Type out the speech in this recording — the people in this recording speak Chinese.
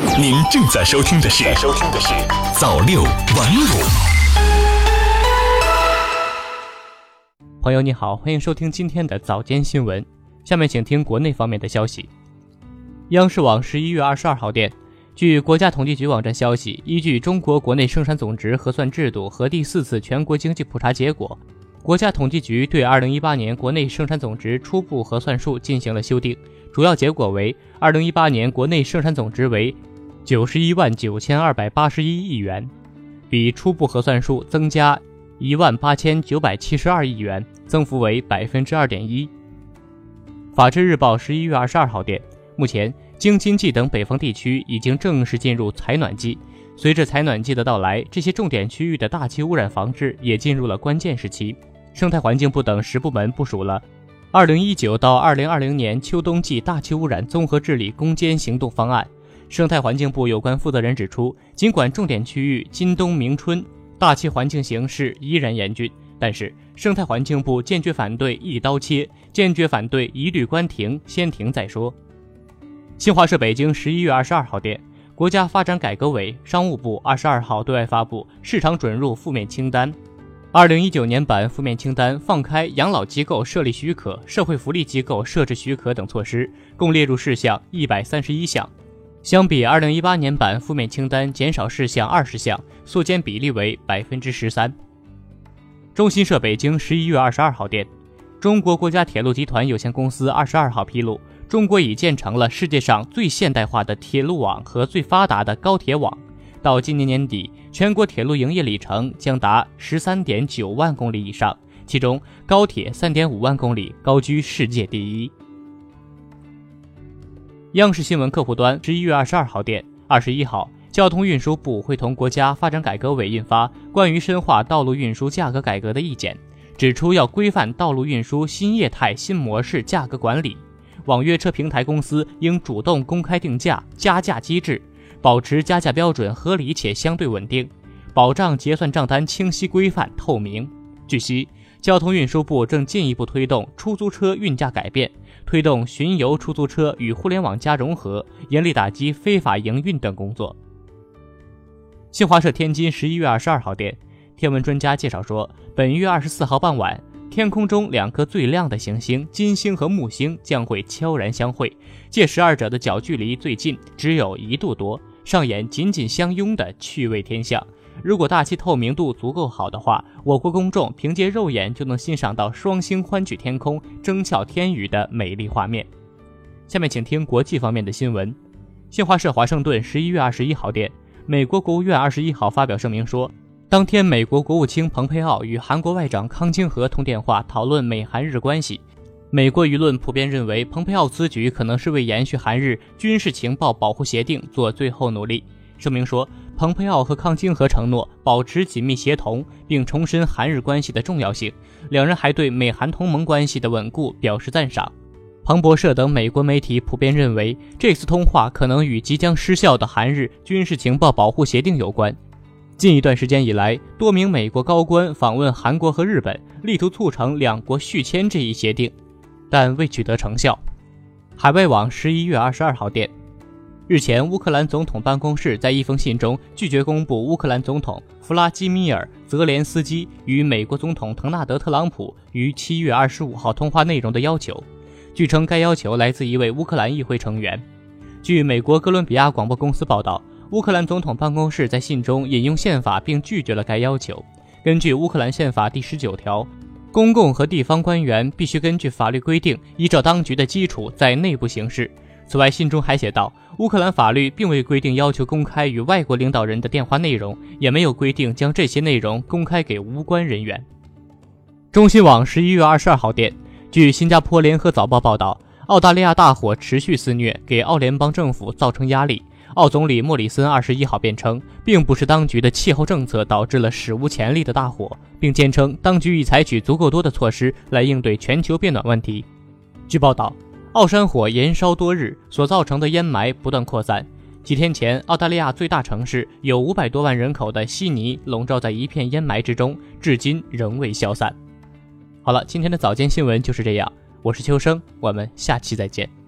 您正在收听的是早六晚五。 朋友你好，欢迎收听今天的早间新闻。下面请听国内方面的消息。央视网11月22号电，据国家统计局网站消息，依据中国国内生产总值核算制度和第4次全国经济普查结果，国家统计局对2018年国内生产总值初步核算数进行了修订，主要结果为2018年国内生产总值为919281亿元，比初步核算数增加18972亿元，增幅为 2.1%。 法制日报11月22号电，目前京津冀等北方地区已经正式进入采暖季，随着采暖季的到来，这些重点区域的大气污染防治也进入了关键时期。生态环境部等10部门部署了2019到2020年秋冬季大气污染综合治理攻坚行动方案。生态环境部有关负责人指出，尽管重点区域今冬明春大气环境形势依然严峻，但是生态环境部坚决反对一刀切，坚决反对一律关停，先停再说。新华社北京11月22号电，国家发展改革委、商务部22号对外发布市场准入负面清单。2019年版负面清单放开养老机构设立许可、社会福利机构设置许可等措施，共列入事项131项。相比2018年版负面清单减少事项20项，缩减比例为 13%。 中新社北京11月22号电，中国国家铁路集团有限公司22号披露，中国已建成了世界上最现代化的铁路网和最发达的高铁网，到今年年底，全国铁路营业里程将达 13.9 万公里以上，其中高铁 3.5 万公里高居世界第一。央视新闻客户端11月22号电，21号，交通运输部会同国家发展改革委印发关于深化道路运输价格改革的意见，指出要规范道路运输新业态新模式价格管理，网约车平台公司应主动公开定价、加价机制，保持加价标准合理且相对稳定，保障结算账单清晰规范透明。据悉，交通运输部正进一步推动出租车运价改变，推动巡游出租车与互联网加融合，严厉打击非法营运等工作。新华社天津11月22号电，天文专家介绍说，本月24号傍晚，天空中2颗最亮的行星金星和木星将会悄然相会，届时二者的角距离最近只有1度多，上演紧紧相拥的趣味天象。如果大气透明度足够好的话，我国公众凭借肉眼就能欣赏到双星欢聚天空、争俏天宇的美丽画面。下面请听国际方面的新闻。新华社华盛顿11月21号电，美国国务院21号发表声明说，当天美国国务卿蓬佩奥与韩国外长康京和通电话讨论美韩日关系。美国舆论普遍认为，蓬佩奥此举可能是为延续韩日军事情报保护协定做最后努力。声明说，蓬佩奥和康京和承诺保持紧密协同，并重申韩日关系的重要性。两人还对美韩同盟关系的稳固表示赞赏。彭博社等美国媒体普遍认为，这次通话可能与即将失效的韩日军事情报保护协定有关。近一段时间以来，多名美国高官访问韩国和日本，力图促成两国续签这一协定，但未取得成效。海外网11月22号电，日前，乌克兰总统办公室在一封信中拒绝公布乌克兰总统弗拉基米尔·泽连斯基与美国总统滕纳德·特朗普于7月25号通话内容的要求。据称，该要求来自一位乌克兰议会成员。据美国哥伦比亚广播公司报道，乌克兰总统办公室在信中引用宪法并拒绝了该要求。根据乌克兰宪法第19条，公共和地方官员必须根据法律规定，依照当局的基础在内部行事。此外，信中还写道，乌克兰法律并未规定要求公开与外国领导人的电话内容，也没有规定将这些内容公开给无关人员。中新网11月22号电，据新加坡联合早报报道，澳大利亚大火持续肆虐，给澳联邦政府造成压力。澳总理莫里森21号辩称，并不是当局的气候政策导致了史无前例的大火，并坚称当局已采取足够多的措施来应对全球变暖问题。据报道，澳山火延烧多日所造成的烟霾不断扩散。几天前，澳大利亚最大城市有500多万人口的悉尼笼罩在一片烟霾之中，至今仍未消散。好了，今天的早间新闻就是这样，我是秋生，我们下期再见。